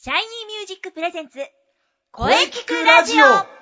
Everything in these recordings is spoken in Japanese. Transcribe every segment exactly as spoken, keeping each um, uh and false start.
シャイニーミュージックプレゼンツ声聞くラジオ。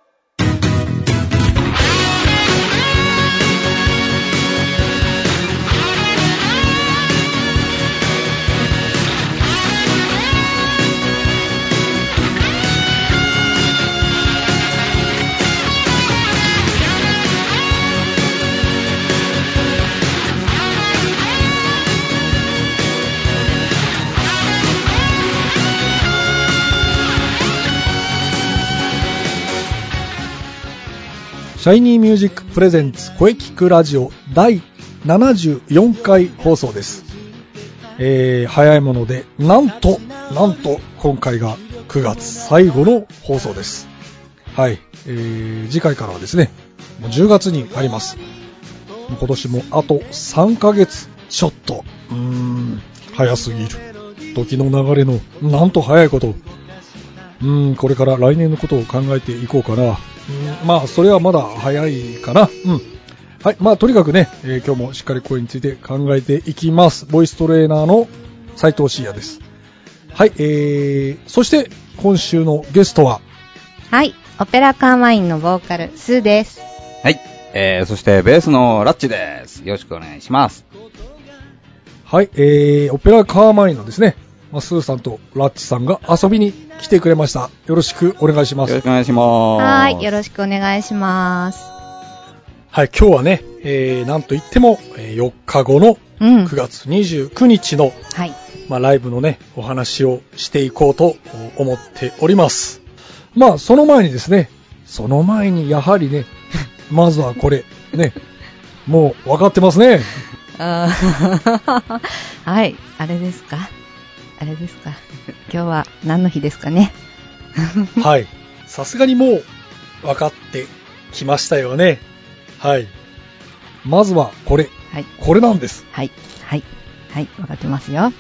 シャイニーミュージックプレゼンツ声聞くラジオだいななじゅうよんかい放送です。えー、早いものでなんとなんと今回がくがつ最後の放送です。はい、えー、次回からはですねもうじゅうがつに入ります。今年もあとさんかげつちょっと、うーん早すぎる。時の流れのなんと早いこと。うーんこれから来年のことを考えていこうかな。うん、まあそれはまだ早いかな。うん。はい、まあとにかくね、えー、今日もしっかり声について考えていきます。ボイストレーナーの斉藤慎也です。はい、えー、そして今週のゲストは、 はい、オペラカーマインのボーカルスーです。 はい、えー、そしてベースのラッチです。よろしくお願いします。 はい、えー、オペラカーマインのですね、まあ、スーさんとラッチさんが遊びに来てくれました。よろしくお願いします。 よろしくお願いします。 はい、よろしくお願いします。 はい、今日はね、えー、なんといってもよっかごのくがつにじゅうくにちの、うんはい、まあ、ライブのねお話をしていこうと思っております。まあその前にですね、その前にやはりねまずはこれねもう分かってますね。 あはい、あれですかあれですか今日は何の日ですかね。 はい、さすがにもう分かってきましたよね。はい、まずはこれ、はい、これなんです。 はいはいはい、分かってますよ。はい。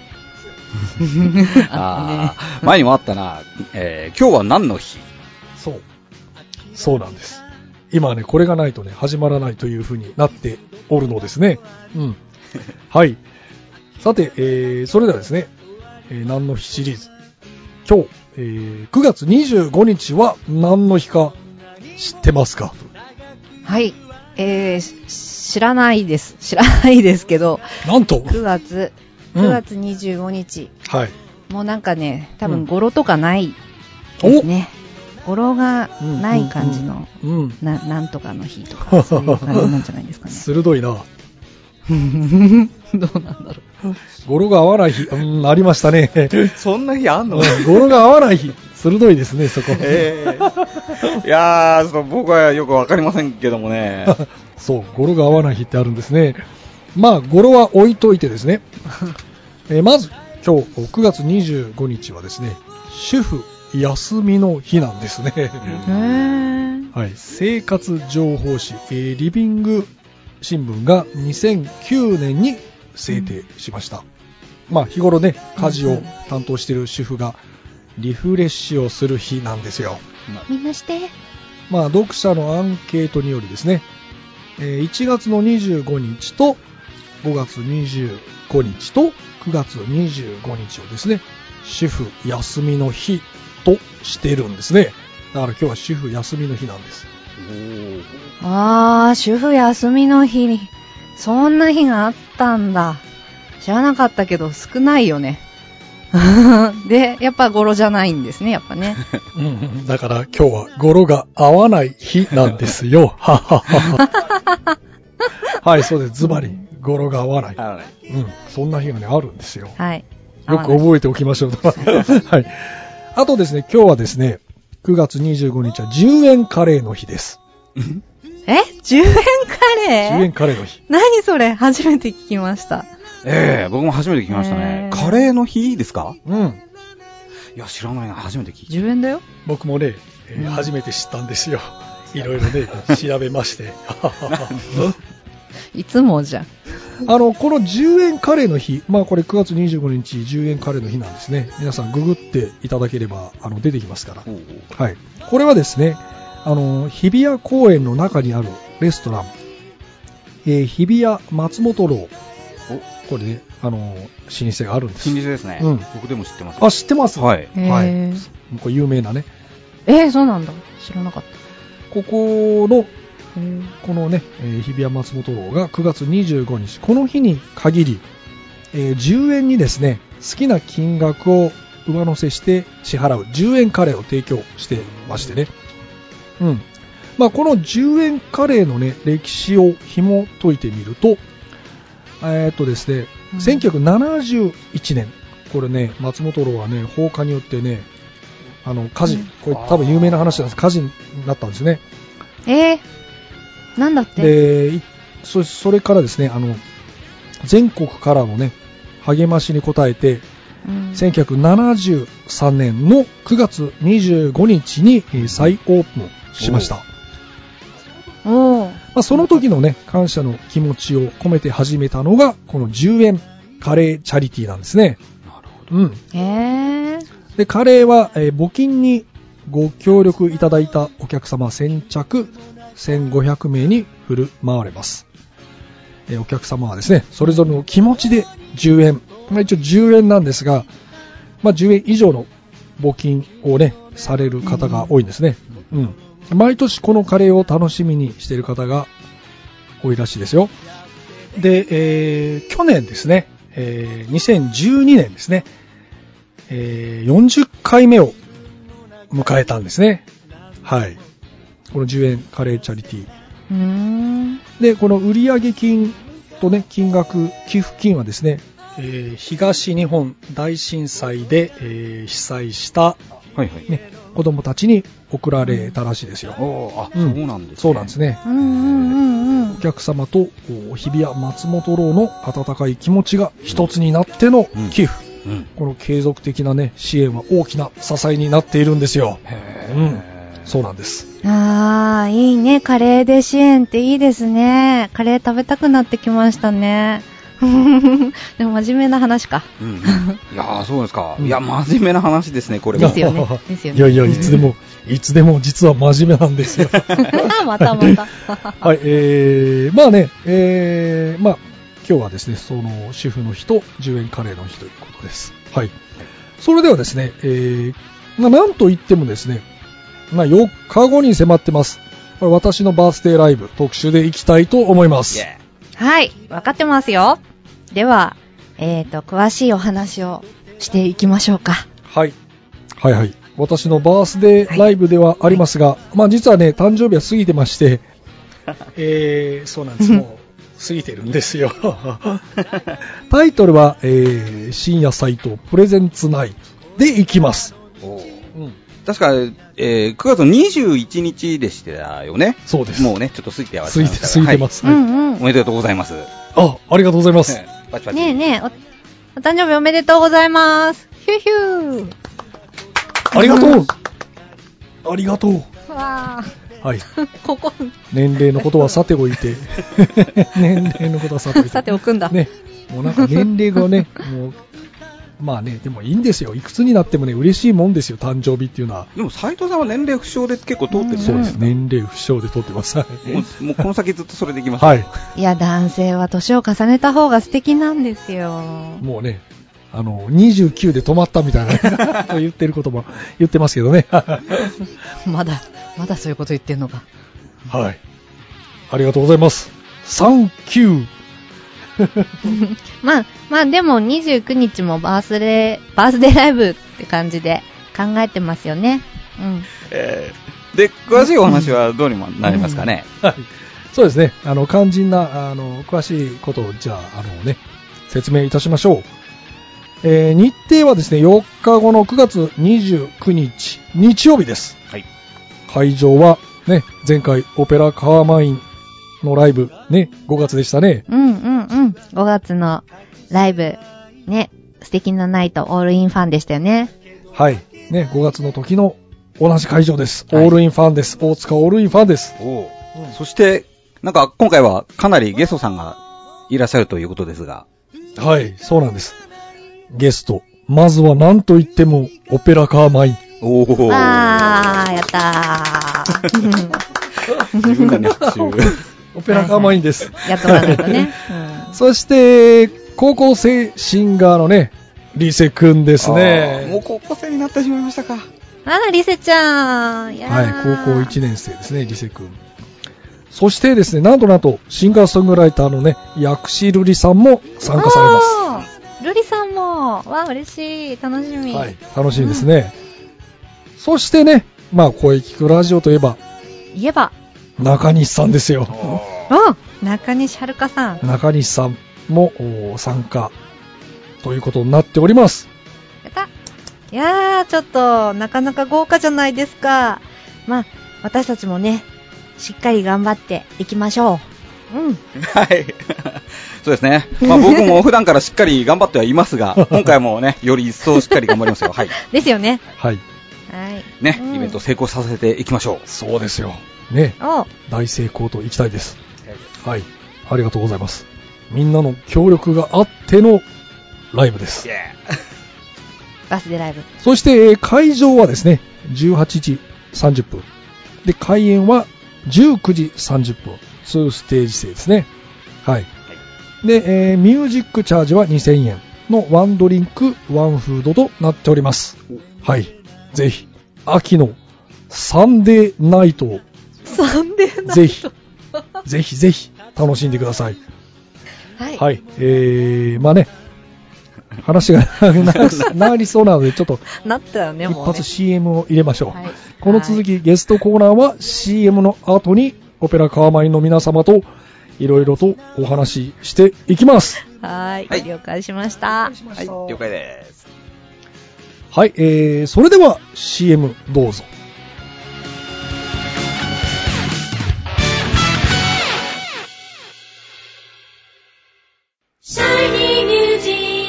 ああ、前にもあったな、えー、今日は何の日。 そうそうなんです。今ねこれがないとね始まらないという風になっておるのですね。うんはい、さて、えー、それではですね、えー、何の日シリーズ、今日、えー、くがつにじゅうごにちは何の日か知ってますか？ はい、えー、知らないです知らないですけど、 なんとくがつくがつにじゅうごにち、うん、はい、もうなんかね多分語呂とかないですね。語呂がない感じの、うんうんうん、な, なんとかの日とかそういう感じなんじゃないですかね。 鋭いな。どうなんだろう。 語呂が合わない日、うん、ありましたね。 そんな日あんの？ 語呂が合わない日、鋭いですねそこ。 えー、いやー、僕はよくわかりませんけどもね。 そう、語呂が合わない日ってあるんですね。まあ語呂は置いといてですね。えー、まず今日くがつにじゅうごにちはですね、主婦休みの日なんですね。へー、はい、生活情報誌、えー、リビング新聞がにせんきゅうねんに制定しました。うん、まあ日頃ね家事を担当している主婦がリフレッシュをする日なんですよ。 みんなして。まあ読者のアンケートによりですね、えー、いちがつのにじゅうごにちとごがつにじゅうごにちとくがつにじゅうごにちをですね、主婦休みの日としてるんですね。だから今日は主婦休みの日なんです。 おあー、主婦休みの日にそんな日があったんだ。知らなかったけど少ないよね。でやっぱ語呂じゃないんですね、やっぱね。 うん、だから今日は語呂が合わない日なんですよ。はい、そうです。ズバリ語呂が合わない。合わない。うん、そんな日がねあるんですよ。 はい。 よく覚えておきましょう。はい。あとですね、今日はですね、くがつにじゅうごにちはじゅうえんカレーの日です。 え ?じゅうえんカレー ? じゅうえんカレーの日。 何それ、初めて聞きました。 ええー、僕も初めて聞きましたね。カレーの日ですか？うん。いや、知らないな、初めて聞いた。 じゅうえんだよ。 僕もね、えーうん、初めて知ったんですよ。いろいろね、調べまして。 いつもじゃん。 あの、このじゅうえんカレーの日、まあこれくがつにじゅうごにちじゅうえんカレーの日なんですね。皆さんググっていただければあの出てきますから。はい。これはですね、あの日比谷公園の中にあるレストラン、えー、日比谷松本楼、これねあの、老舗があるんです。 老舗ですね。うん。僕でも知ってます。 あ、知ってます？ はい。 はい。これ有名なね。 えー、そうなんだ。知らなかった。 ここの、このね、えー、日比谷松本楼がくがつにじゅうごにち、この日に限り、えー、じゅうえんにですね、好きな金額を上乗せして支払うじゅうえんカレーを提供してましてね。うん。まあ、このじゅうえんカレーのね、歴史を紐解いてみると、えー、っとですね、うん、せんきゅうひゃくななじゅういちねん、これね、松本楼はね、放火によってね、あの、火事、うん、これ多分有名な話なんです。火事になったんですね。 えー、なんだって。 で、そ、それからですね、あの、全国からのね、励ましに応えて、うん、せんきゅうひゃくななじゅうさんねんのくがつにじゅうごにちに再オープンしました。 おまあ、その時のね、感謝の気持ちを込めて始めたのが、このじゅうえんカレーチャリティーなんですね。 なるほど。うん。 へー。 で、カレーは、えー、募金にご協力いただいたお客様先着せんごひゃくめいに振る舞われます。えー、お客様はですね、それぞれの気持ちでじゅうえん、まあ、一応じゅうえんなんですが、まあ、じゅうえん以上の募金をね、される方が多いんですね。うん。うん、毎年このカレーを楽しみにしている方が多いらしいですよ。で、えー、去年ですね、えー、にせんじゅうにねんですね、えー、よんじゅっかいめを迎えたんですね。はい。このじゅうえんカレーチャリティー。 うーん。で、 この売上金とね、金額、寄付金はですね、えー、東日本大震災で、えー、被災した、 はいはい、 ね、子供たちに贈られたらしいですよ。 あ、うん、そうなんですね。 そうなんですね。 うんうんうんうん、 お客様と日比谷松本楼の温かい気持ちが一つになっての寄付。うんうん、この継続的なね、支援は大きな支えになっているんですよ。 へー、うん、 そうなんです。 あー、いいね。カレーで支援っていいですね。カレー食べたくなってきましたね。でも真面目な話か。 うん、いやー、そうですか。いや、真面目な話ですね、これも。 ですよね。ですよね。 いやいや、いつでも、いつでも実は真面目なんですよ。 またまた。 はい、えー、まあね、えー、まあ、今日はですね、その主婦の日とじゅうえんカレーの日ということです。はい。それではですね、えー、まあ、なんと言ってもですね、まあ、よっかごに迫ってます。これ私のバースデーライブ特集でいきたいと思います。 Yeah. はい、わかってますよ。では、えーと、詳しいお話をしていきましょうか。 はい。はいはい。私のバースデーライブではありますが、はい、まあ実はね、誕生日は過ぎてまして、えー、そうなんです。もう過ぎてるんですよ。タイトルは、えー、深夜サイトプレゼンツナイトでいきます。 おー、うん、確か、えー、くがつにじゅういちにちでしたよね。 そうです。 もうね、ちょっと過ぎては過ぎて、過ぎてます、 はい。うんうん。 おめでとうございます。 あ、ありがとうございます。 パチパチ。ねえねえ、お、お誕生日おめでとうございます。ヒューヒュー。 ありがとう。ありがとう。 わー。はい。 ここ。 年齢のことはさておいて。年齢のことはさておいて。 さておくんだ。 ね。もうなんか年齢がね、もう、まあね、でもいいんですよ。いくつになってもね、嬉しいもんですよ、誕生日っていうのは。 でも斉藤さんは年齢不詳で結構通ってる。 そうです。年齢不詳で通ってます。もう、もうこの先ずっとそれでいきます。 はい。 いや、男性は年を重ねた方が素敵なんですよ。 もうね、あの、にじゅうきゅうで止まったみたいなと言ってる言葉言ってますけどね。 まだ、まだそういうこと言ってんのか。 はい。ありがとうございます。サンキュー。 まあ、まあでもにじゅうくにちもバースデー、バースデーライブって感じで考えてますよね。うん。 えー、で、詳しいお話はどうにもなりますかね。 うん、はい。そうですね。あの、肝心な、あの、詳しいことを、じゃあ、あのね、説明いたしましょう。えー、日程はですね、よっかごのくがつにじゅうくにち、日曜日です。 はい。 会場は、ね、前回、オペラカーマインのライブ、ね、ごがつでしたね。 うんうんうん。ごがつのライブ、ね、素敵なナイト、オールインファンでしたよね。 はい。ね、ごがつの時の同じ会場です。はい、オールインファンです。大塚オールインファンです。 おう、うん、そして、なんか今回はかなりゲストさんがいらっしゃるということですが。 はい、そうなんです。ゲスト。まずは何と言っても、オペラカーマイン。 おー。 あー、やったー。 自分らに拍手。 オペラカーマインです。 はいはい、やっとかないとね。 うん、そして、 高校生シンガーのね、リセくんですね。 もう高校生になってしまいましたか。 あら、リセちゃん。いやはい、高校いちねん生ですね、リセくん。そしてですね、なんとなんと、シンガーソングライターのね、薬師瑠璃さんも参加されます。 瑠璃さんも、わあ、嬉しい。楽しみ。 はい、楽しみですね。うん、そしてね、まあ、声聞くラジオといえば、 言えば、 中西さんですよ。 あ、中西遥さん。 中西さんも参加ということになっております。 やった。いやー、ちょっと、なかなか豪華じゃないですか。まあ、私たちもね、しっかり頑張っていきましょう。うん。 はい。そうですね。まあ僕も普段からしっかり頑張ってはいますが、今回もね、より一層しっかり頑張りますよ。はい。 ですよね。 はい。 はい。 ね、うん、イベント成功させていきましょう。 そうですよ。ね。大成功といきたいです。はい。ありがとうございます。みんなの協力があってのライブです。 Yeah. バースデーライブ。 そして、会場はですね、じゅうはちじさんじゅっぷん。で、開演はじゅうくじさんじゅっぷん。にステージ制ですね。はい。で、えー、ミュージックチャージはにせんえんのワンドリンク、ワンフードとなっております。はい。ぜひ、秋のサンデーナイトを。 サンデーナイト。 ぜひ、ぜひぜひ楽しんでください。 はい。 はい。えー、まあね、話がなりそうなので、ちょっと、 なったよね、もう、ね。 一発 シーエム を入れましょう。 はい、 この続き、ゲストコーナーは シーエム の後に、オペラカーマインの皆様と、いろいろとお話ししていきます。 はい。はい。了解しました。 はい。了解です。 はい。えー、それでは シーエム どうぞ。 シャイニーミュージック。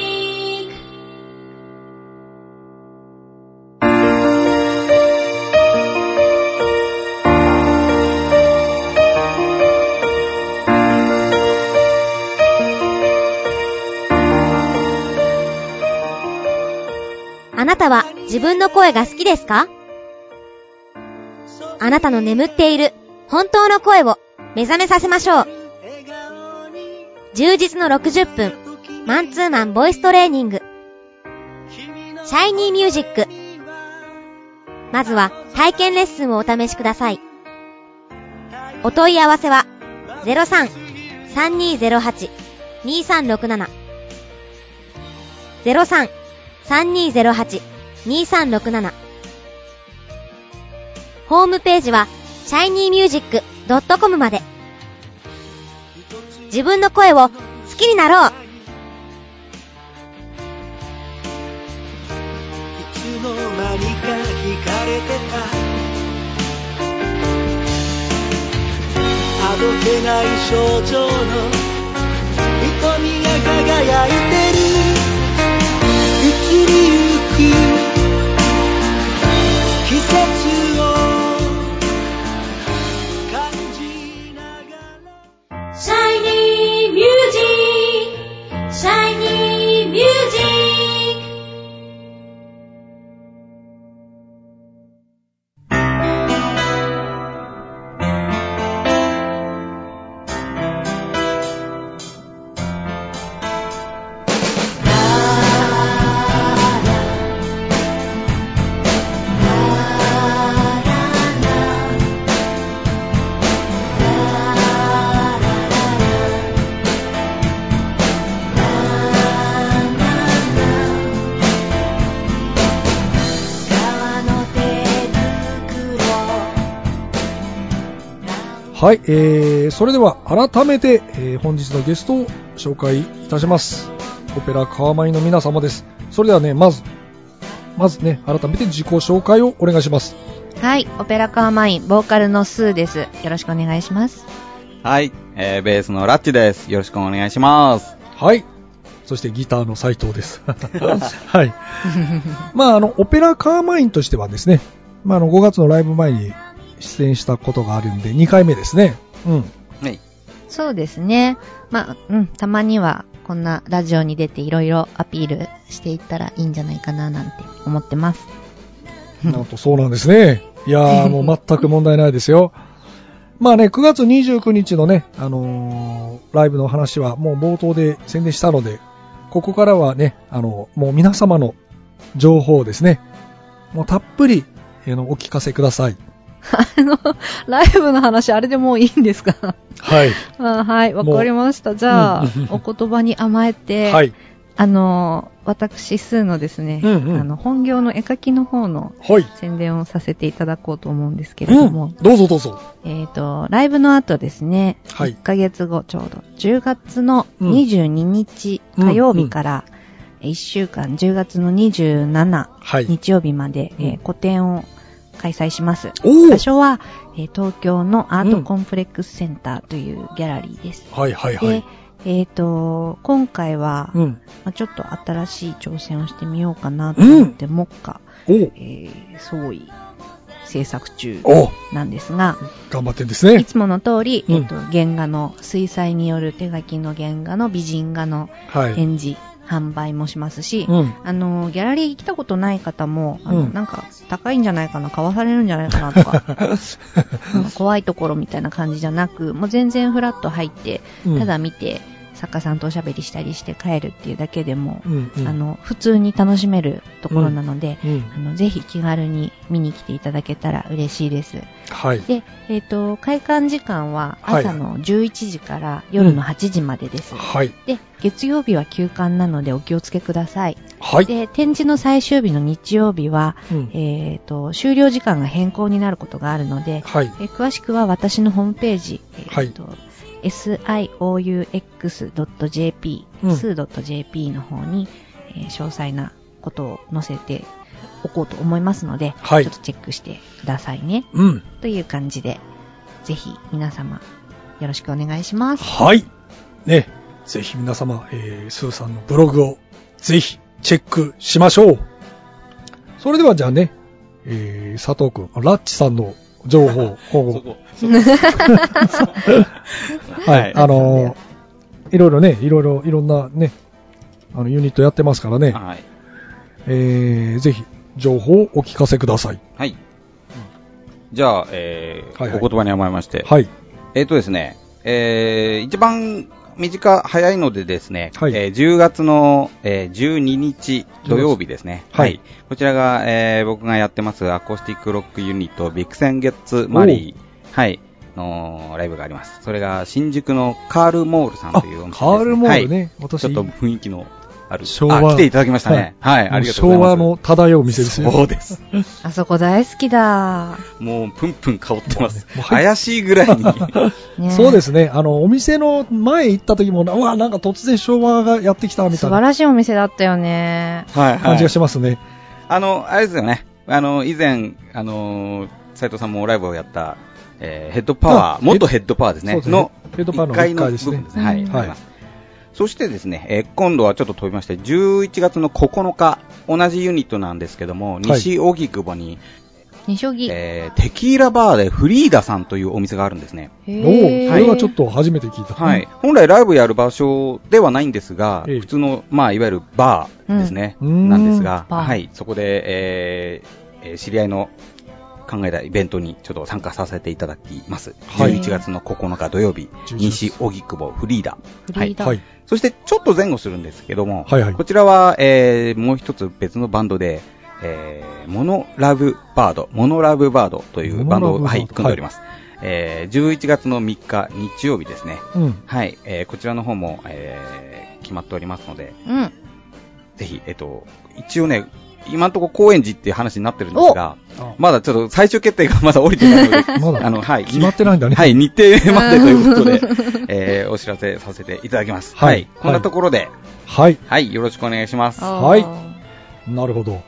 あなたは自分の声が好きですか？あなたの眠っている本当の声を目覚めさせましょう。充実のろくじゅっぷんマンツーマンボイストレーニング、シャイニーミュージック。まずは体験レッスンをお試しください。お問い合わせは ゼロさん さんにーゼロはち にーさんろくなな ゼロさん さんにーゼロはち にーさんろくなな。 ホームページは シャイニーミュージックドットコム まで。自分の声を好きになろう。いつの間にか惹かれてた、あどけない少女の瞳が輝いてる。移りゆく季節を感じながら。 シャイニーミュージック、シャイニーミュージック。 はい、えー、それでは改めて、えー、本日のゲストを紹介いたします。オペラカーマインの皆様です。それではね、まず、まずね、改めて自己紹介をお願いします。 はい、オペラカーマイン、ボーカルのスーです。よろしくお願いします。 はい、えー、ベースのラッチです。よろしくお願いします。 はい。そしてギターの斉藤です。はい。まあ、あの、オペラカーマインとしてはですね、まあ、あの、ごがつのライブ前に出演したことがあるんでにかいめですね。うん。 はい。 そうですね。まあ、うん、たまにはこんなラジオに出ていろいろアピールしていったらいいんじゃないかななんて思ってます。 なんとそうなんですね。いやーもう全く問題ないですよ。まあね、くがつにじゅうくにちのね、あのー、ライブの話はもう冒頭で宣伝したので、 ここからはね、あの、もう皆様の情報をですね、もうたっぷり、あの、お聞かせください。 あの、ライブの話、あれでもういいんですか？ はい。 あはい、わかりました。じゃあ、お言葉に甘えて、はい。あの、私、スーのですね、うんうん、あの、本業の絵描きの方の宣伝をさせていただこうと思うんですけれども。 うん、どうぞどうぞ。 えっと、ライブの後ですね、はい、いっかげつごちょうど、じゅうがつのにじゅうににち、うん、火曜日からいっしゅうかん、じゅうがつのにじゅうしちにち、日曜日まで、えー、個展を開催します。場所は、えー、東京のアートコンプレックスセンターというギャラリーです。 うん、はいはいはい。 でえっ、ー、と、今回は、うんまあ、ちょっと新しい挑戦をしてみようかなと思って、目下、うん、えー、創意制作中なんですが、 頑張ってんですね。 いつもの通り、えっ、ー、と、原画の、水彩による手書きの原画の美人画の展示、はい、販売もしますし、うん、あの、ギャラリー来たことない方も、あの、うん、なんか、高いんじゃないかな、買わされるんじゃないかなとか、怖いところみたいな感じじゃなく、もう全然フラッと入って、ただ見て、作家さんとおしゃべりしたりして帰るっていうだけでも、うんうん、あの普通に楽しめるところなので、うんうん、あのぜひ気軽に見に来ていただけたら嬉しいです。 はい。 で、えっと開館時間は朝のじゅういちじから夜のはちじまでです。 はい。 で、月曜日は休館なのでお気をつけください。 はい。 で、展示の最終日の日曜日は、うん、えっと終了時間が変更になることがあるので、はい、え詳しくは私のホームページ、えー、はい。エスアイオーユーエックスドットジェーピー、スードットジェーピー の方に、えー、詳細なことを載せておこうと思いますので、はい、ちょっとチェックしてくださいね。 うん。 という感じで、ぜひ皆様よろしくお願いします。 はい。ね、ぜひ皆様、えー、スーさんのブログをぜひチェックしましょう。それではじゃあね、えー、佐藤くん、ラッチさんの情報、今後。はい、あのー、いろいろね、いろいろ、いろんなね、あの、ユニットやってますからね。はい。えー、ぜひ、情報をお聞かせください。 はい。じゃあ、えー、はいはい、お言葉に甘えまして。 はい。 えーとですね、えー、一番短、早いのでですね、はい、えー、じゅうがつの、えー、じゅうににち土曜日ですね。はい。はい、こちらが、えー、僕がやってますアコースティックロックユニット、ビクセンゲッツマリー、はい、のライブがあります。それが新宿のカールモールさんというお店です、ね。 カールモールね。はい、 私ちょっと雰囲気のある。昭和。あ、来ていただきましたね。はい。はい、ありがとうございます。 昭和の漂う店ですね。 そうです。 あそこ大好きだ。 もう、プンプン香ってます。もう怪しいぐらいに。 ね、そうですね。あの、お店の前行った時も、うわ、なんか突然昭和がやってきたみたいな。 素晴らしいお店だったよね。 はい、はい。 感じがしますね。 あの、あれですよね。あの、以前、あの、斉藤さんもライブをやった、えー、ヘッドパワー、元ヘッドパワーですね。ですねの、 ヘッドパワーのいっかいですね。 はい。はい。そしてですね、えー、今度はちょっと飛びまして、じゅういちがつのここのか、同じユニットなんですけども、西荻窪に、 西荻、 えー、テキーラバーでフリーダさんというお店があるんですね。 おー、それはちょっと初めて聞いた。 はい。本来ライブやる場所ではないんですが、普通の、まあ、いわゆるバーですね、うん、なんですが、はい。そこで、えー、知り合いの考えたイベントにちょっと参加させていただきます。はい、じゅういちがつのここのか土曜日、西荻窪フリーダ。 フリーダ。 はい。そしてちょっと前後するんですけども、はいはい、こちらは、えー、もう一つ別のバンドで、えー、モノラブバード、モノラブバードというバンドを、はい、組んでおります。はい、えー、じゅういちがつのみっか日曜日ですね。うん、はい、えー、こちらの方も、えー、決まっておりますので、うん、ぜひ、えっと、一応ね、今のところ高円寺っていう話になってるんですが、まだちょっと最終決定がまだ降りてないので、 まだあの、はい、決まってないんだね。 はい、日程までということで、えー、お知らせさせていただきます。はい。はい、こんなところで、 はい。 はい、よろしくお願いします。 はい。なるほど。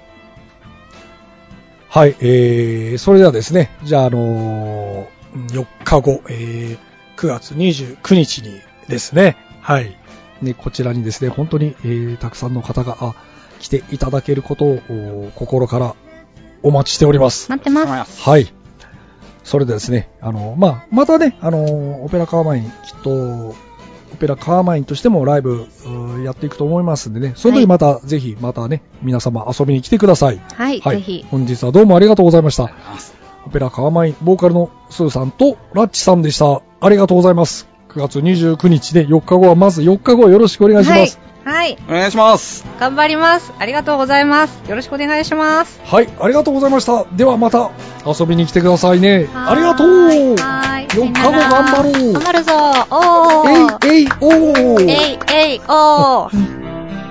はい、えー、それではですね、じゃあ、あのー、よっかご、えー、くがつにじゅうくにちにですね、はい。ね、こちらにですね、本当に、えー、たくさんの方が、あ、来ていただけることを心からお待ちしております。 待ってます。 はい。それでですね、あの、まあ、またね、あの、オペラカーマイン、きっと、オペラカーマインとしてもライブやっていくと思いますんでね、その時また、はい、ぜひ、またね、皆様遊びに来てください。 はい、はい、ぜひ。 本日はどうもありがとうございました。オペラカーマイン、ボーカルのスーさんとラッチさんでした。ありがとうございます。くがつにじゅうくにちでよっかごはまずよっかごよろしくお願いします。 はい、 はい。 お願いします。 頑張ります。ありがとうございます。よろしくお願いします。 はい、ありがとうございました。ではまた遊びに来てくださいね。ありがとう。はい。よっかご頑張ろう。 頑張るぞ。おー。えいえいおー。 えいえいおー。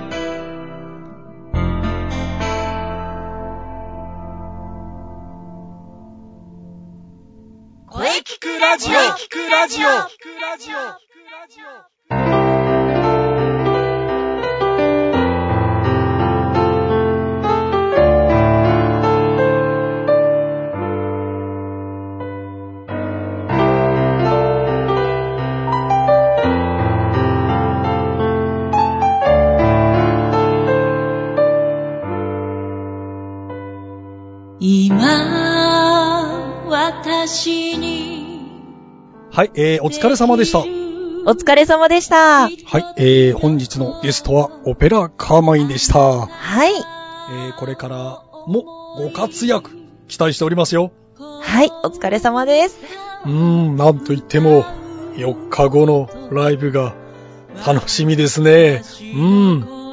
声聞くラジオ聞くラジオ聞くラジオ今私にはい、えー、お疲れ様でした。お疲れ様でした。 はい、えー、本日のゲストはオペラカーマインでした。 はい。 えー、これからもご活躍期待しておりますよ。 はい、お疲れ様です。 うーん、なんといってもよっかごのライブが楽しみですね。うん。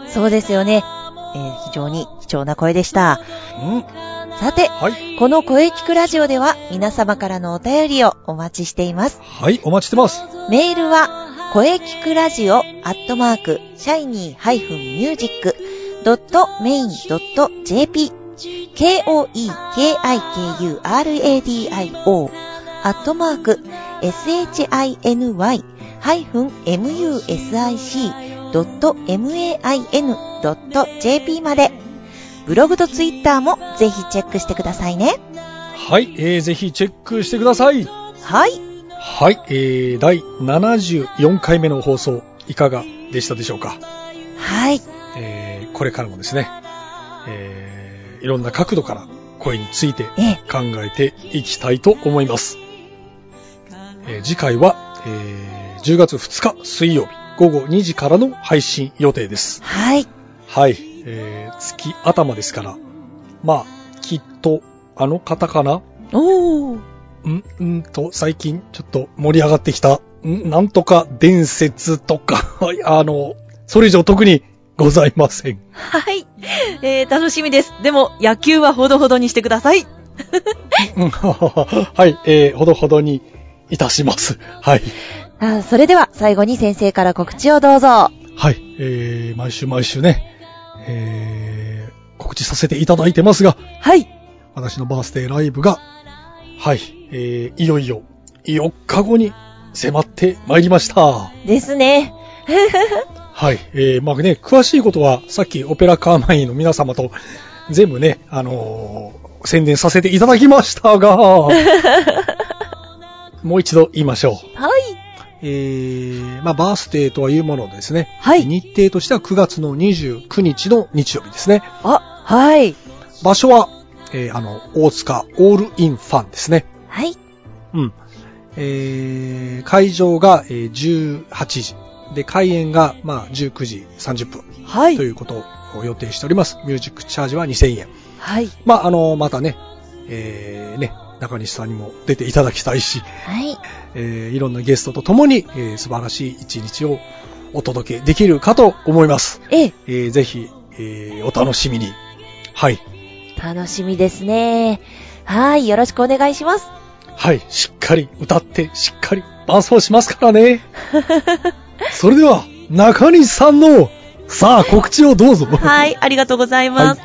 そうですよね。えー、非常に貴重な声でした。 うん。 さて、 はい、 この声聞くラジオでは皆様からのお便りをお待ちしています。 はい、お待ちしてます。 メールは、声聞くラジオアットマーク、シャイニー -ミュージック ドット メイン ドット ジェーピー ケーオーイーケーアイケーユーアールエーディーアイオー アットマーク、エスエイチアイエヌワイ ハイフン エムユーエスアイシー ドット メイン ドット ジェーピー まで。ブログとツイッターもぜひチェックしてくださいね。 はい、えー、ぜひチェックしてください。 はい。 はい、えー、だいななじゅうよんかいめの放送いかがでしたでしょうか。 はい。 えー、これからもですね、えー、いろんな角度から声について考えていきたいと思います。えー、次回は、えー、じゅうがつふつか水曜日ごごにじからの配信予定です。 はい。 はい。えー、月頭ですから、まあ、きっと、あの方かな？ おー。 ん、んと、最近、ちょっと盛り上がってきた、んなんとか伝説とか、あの、それ以上特にございません。 はい。えー、楽しみです。でも、野球はほどほどにしてください。 はい、えー、ほどほどにいたします。はい。 あ、それでは、最後に先生から告知をどうぞ。 はい、えー、毎週毎週ね、えー、告知させていただいてますが、 はい。 私のバースデーライブが、はい、えー、いよいよよっかごに迫ってまいりました。 ですね。 はい、えー、まあね、詳しいことはさっきオペラカーマインの皆様と全部ね、あのー、宣伝させていただきましたが、もう一度言いましょう。 はい。 えー、まあ、バースデーとはいうものですね。 はい。 日程としてはくがつのにじゅうくにちの日曜日ですね。 あ、はい。 場所は、えー、あの、大塚オールインファンですね。 はい。 うん。えー、会場が、えー、じゅうはちじ。で、開演が、まあ、じゅうくじさんじゅっぷん。 はい。 ということを予定しております。ミュージックチャージはにせんえん。 はい。 まあ、あの、またね、えー、ね、中西さんにも出ていただきたいし、 はい。 えー、いろんなゲストと共に、えー、素晴らしい一日をお届けできるかと思います。 ええ。 えー、ぜひ、えー、お楽しみに。はい。 楽しみですね。はい、よろしくお願いします。 はい、しっかり歌って、しっかり伴奏しますからね。それでは、中西さんの、さあ、告知をどうぞ。 はい、ありがとうございます。はい、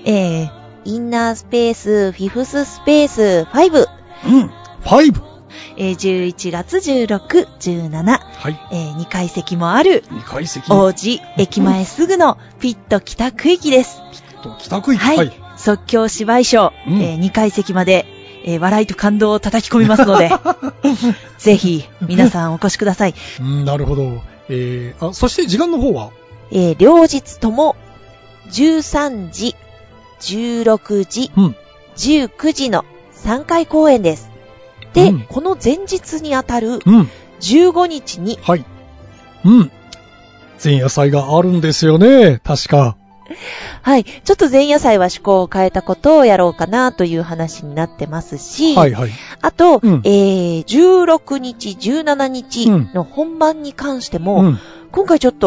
えー、インナースペース、フィフススペース、ファイブ。 うん、ファイブ。 えー、じゅういちがつじゅうろく、じゅうなな。 はい。 えー、にかい席もある。 にかい席。 王子、駅前すぐのピット北区域です。 ピット北区域。 はい。はい、即興芝居ショー、うん、えー、にかい席まで、えー、笑いと感動を叩き込みますので、ぜひ、皆さんお越しください。 うん、なるほど。えー、あ、そして時間の方はえー、両日とも、じゅうさんじ、じゅうろくじ、うん、じゅうくじのさんかい公演です。で、うん、この前日にあたる、じゅうごにちに、 うん、はい。うん。前夜祭があるんですよね、確か。 はい。ちょっと前夜祭は趣向を変えたことをやろうかなという話になってますし、 はいはい。 あと、うん、えー、じゅうろくにち、じゅうしちにちの本番に関しても、うん、今回ちょっと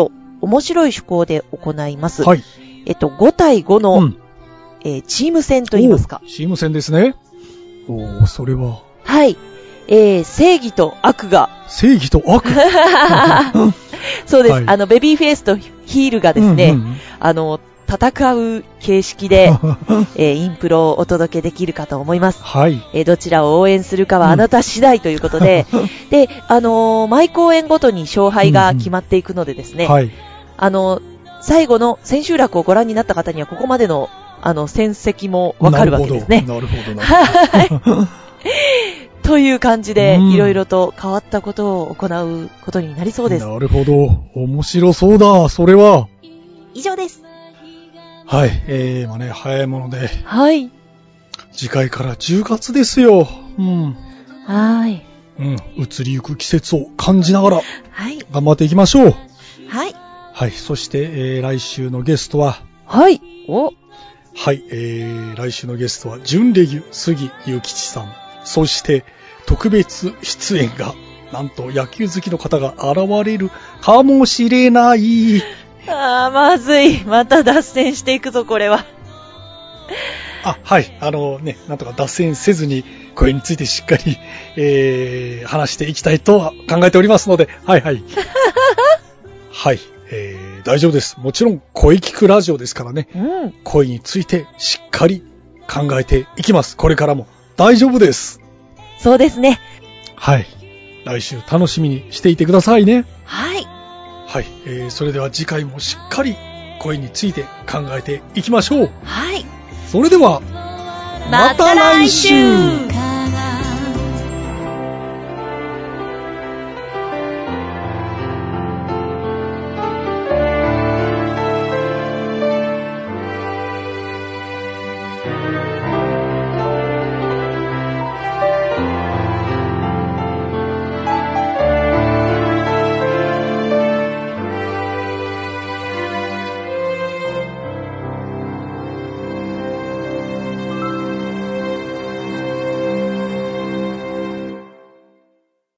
面白い趣向で行います。 はい。 えっと、ご対ごの、うん、えー、チーム戦と言いますか。 チーム戦ですね。おー、それは。 はい。えー、正義と悪が。 正義と悪そうです、はい。あの、ベビーフェイスとヒールがですね、うんうん、あの、戦う形式で、えー、インプロをお届けできるかと思います。 はい。 えー、どちらを応援するかはあなた次第ということで、うん、で、あのー、毎公演ごとに勝敗が決まっていくのでですね、うんうん、はい。あのー、最後の千秋楽をご覧になった方にはここまでの、あの、戦績もわかるわけですね。 なるほど、なるほど。はい。 という感じで、いろいろと変わったことを行うことになりそうです。 なるほど。面白そうだ、それは。 以上です。 はい。えー、まあね、早いもので。 はい。 次回からじゅうがつですよ。うん。 はい。 うん。移りゆく季節を感じながら、 はい。 頑張っていきましょう。 はい。 はい。そして、えー、来週のゲストは。 はい。お。 はい。えー、来週のゲストは、準レギュ杉ゆきちさん。そして、特別出演が、なんと野球好きの方が現れるかもしれない。 あー、まずい。また脱線していくぞ、これは。 あ、はい。あのね、なんとか脱線せずに、これについてしっかり、えー、話していきたいとは考えておりますので、はいはい。はい。えー、大丈夫です。もちろん、声聞くラジオですからね。 うん。 声についてしっかり考えていきます。これからも大丈夫です。 そうですね。 はい。来週楽しみにしていてくださいね。 はい。 はい。えー、それでは次回もしっかり声について考えていきましょう。 はい。 それでは、 また来週。